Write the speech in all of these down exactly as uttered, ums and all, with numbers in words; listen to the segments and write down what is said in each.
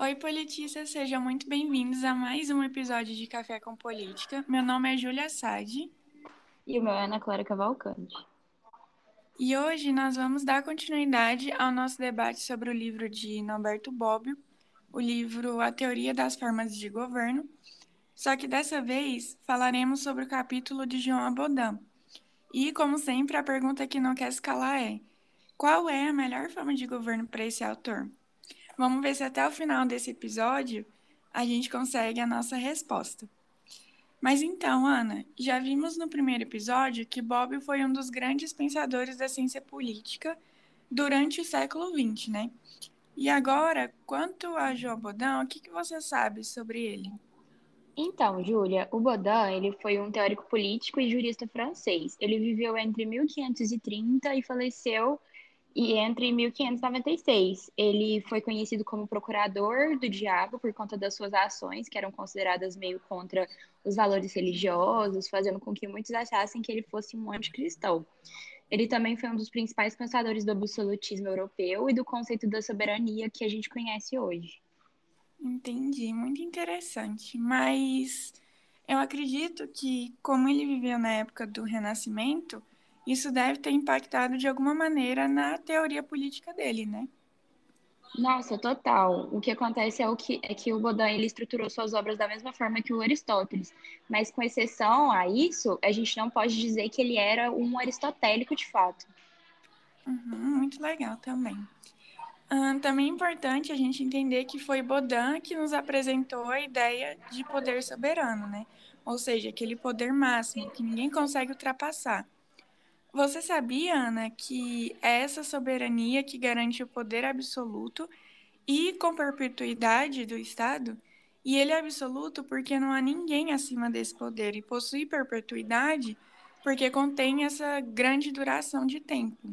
Oi, politistas, sejam muito bem-vindos a mais um episódio de Café com Política. Meu nome é Júlia Sade E o meu é Ana Clara Cavalcante. e hoje nós vamos dar continuidade ao nosso debate sobre o livro de Norberto Bobbio, o livro A Teoria das Formas de Governo, só que dessa vez falaremos sobre o capítulo de João Abodã. E, como sempre, a pergunta que não quer se calar é: qual é a melhor forma de governo para esse autor? Vamos ver se até o final desse episódio a gente consegue a nossa resposta. Mas então, Ana, já vimos no primeiro episódio que Bobbio foi um dos grandes pensadores da ciência política durante o século vinte, né? E agora, quanto a João Baudin, o que que você sabe sobre ele? Então, Júlia, o Baudin, ele foi um teórico político e jurista francês. Ele viveu entre mil quinhentos e trinta e faleceu e entre mil quinhentos e noventa e seis. Ele foi conhecido como procurador do diabo por conta das suas ações, que eram consideradas meio contra os valores religiosos, fazendo com que muitos achassem que ele fosse um anticristão. Ele também foi um dos principais pensadores do absolutismo europeu e do conceito da soberania que a gente conhece hoje. Entendi, muito interessante. Mas eu acredito que, como ele viveu na época do Renascimento, isso deve ter impactado de alguma maneira na teoria política dele, né? Nossa, total. O que acontece é, o que, é que o Baudin ele estruturou suas obras da mesma forma que o Aristóteles, mas com exceção a isso, a gente não pode dizer que ele era um aristotélico de fato. Uhum, muito legal também. Ah, também é importante a gente entender que foi Baudin que nos apresentou a ideia de poder soberano, né? Ou seja, aquele poder máximo que ninguém consegue ultrapassar. Você sabia, Ana, que é essa soberania que garante o poder absoluto e com perpetuidade do Estado? E ele é absoluto porque não há ninguém acima desse poder e possui perpetuidade porque contém essa grande duração de tempo.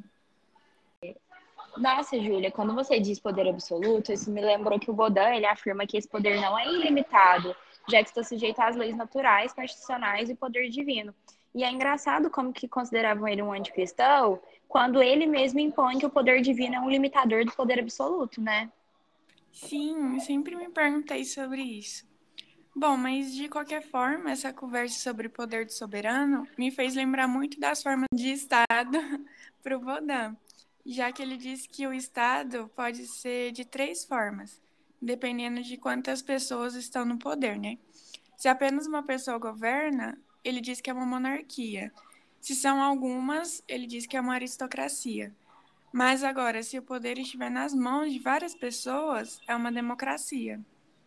Nossa, Júlia, quando você diz poder absoluto, isso me lembrou que o Baudin ele afirma que esse poder não é ilimitado, já que está sujeito às leis naturais, constitucionais e poder divino. E é engraçado como que consideravam ele um anticristão, quando ele mesmo impõe que o poder divino é um limitador do poder absoluto, né? Sim, sempre me perguntei sobre isso. Bom, mas de qualquer forma, essa conversa sobre poder do soberano me fez lembrar muito das formas de Estado para o Baudin, já que ele diz que o Estado pode ser de três formas, dependendo de quantas pessoas estão no poder, né? Se apenas uma pessoa governa, ele diz que é uma monarquia. Se são algumas, ele diz que é uma aristocracia. Mas agora, se o poder estiver nas mãos de várias pessoas, é uma democracia.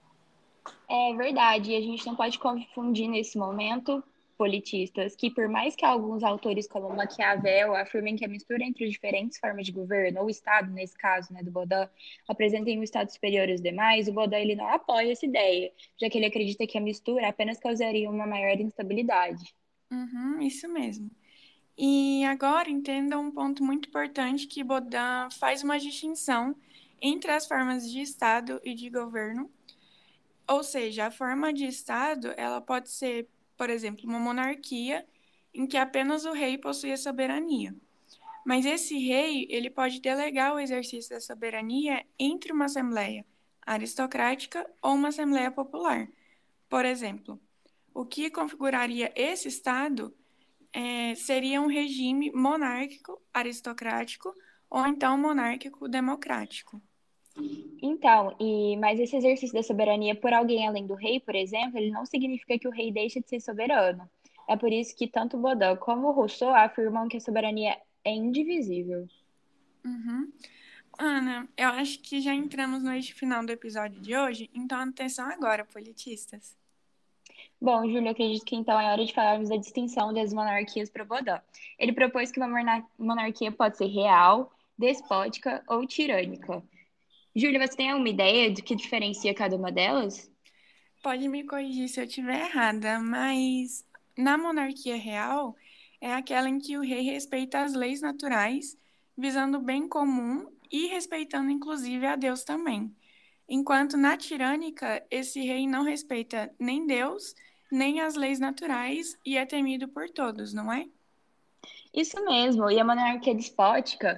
É verdade, e a gente não pode confundir nesse momento politistas que, por mais que alguns autores, como Maquiavel, afirmem que a mistura entre as diferentes formas de governo, ou Estado, nesse caso, né, do Baudin, apresentem um Estado superior aos demais, o Baudin ele não apoia essa ideia, já que ele acredita que a mistura apenas causaria uma maior instabilidade. Uhum, isso mesmo. E agora entenda um ponto muito importante que Baudin faz uma distinção entre as formas de Estado e de governo. Ou seja, a forma de Estado, ela pode ser, por exemplo, uma monarquia em que apenas o rei possui a soberania. Mas esse rei, ele pode delegar o exercício da soberania entre uma assembleia aristocrática ou uma assembleia popular. Por exemplo, o que configuraria esse Estado é, seria um regime monárquico aristocrático ou então monárquico democrático. Então, e mas esse exercício da soberania por alguém além do rei, por exemplo, ele não significa que o rei deixa de ser soberano. É por isso que tanto Baudin como Rousseau afirmam que a soberania é indivisível. Uhum. Ana, eu acho que já entramos no eixo final do episódio de hoje, então atenção agora, politistas. Bom, Júlio, acredito que então é hora de falarmos da distinção das monarquias para Baudin. Ele propôs que uma monar- monarquia pode ser real, despótica ou tirânica. Júlio, você tem alguma ideia do que diferencia cada uma delas? Pode me corrigir se eu estiver errada, mas na monarquia real é aquela em que o rei respeita as leis naturais, visando o bem comum e respeitando inclusive a Deus também. Enquanto na tirânica, esse rei não respeita nem Deus, nem as leis naturais e é temido por todos, não é? Isso mesmo, e a monarquia despótica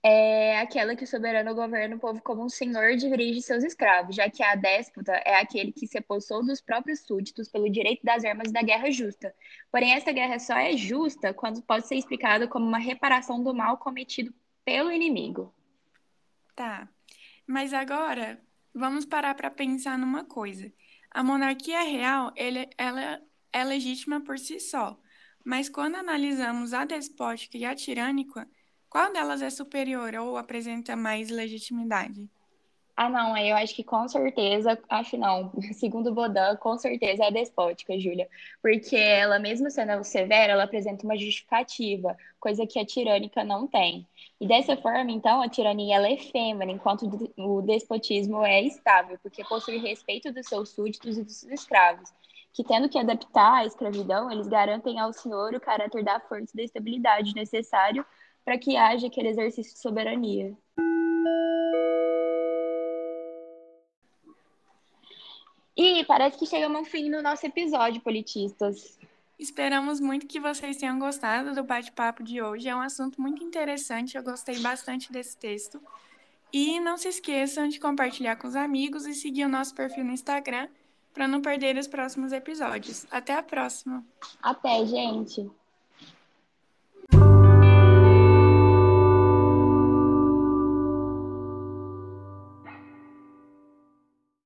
é aquela que o soberano governa o povo como um senhor e dirige seus escravos, já que a déspota é aquele que se apossou dos próprios súditos pelo direito das armas e da guerra justa. Porém, essa guerra só é justa quando pode ser explicada como uma reparação do mal cometido pelo inimigo. Tá. Mas agora, vamos parar para pensar numa coisa. A monarquia real, ele, ela é legítima por si só. Mas quando analisamos a despótica e a tirânica, qual delas é superior ou apresenta mais legitimidade? Ah, não, eu acho que com certeza, acho não, segundo Baudin, com certeza é despótica, Júlia, porque ela, mesmo sendo severa, ela apresenta uma justificativa, coisa que a tirânica não tem. E dessa forma, então, a tirania ela é efêmera, enquanto o despotismo é estável, porque possui respeito dos seus súditos e dos escravos, que tendo que adaptar à escravidão, eles garantem ao senhor o caráter da força e da estabilidade necessário para que haja aquele exercício de soberania. E parece que chegamos ao fim do nosso episódio, politistas. Esperamos muito que vocês tenham gostado do bate-papo de hoje. É um assunto muito interessante, eu gostei bastante desse texto. E não se esqueçam de compartilhar com os amigos e seguir o nosso perfil no Instagram para não perder os próximos episódios. Até a próxima! Até, gente!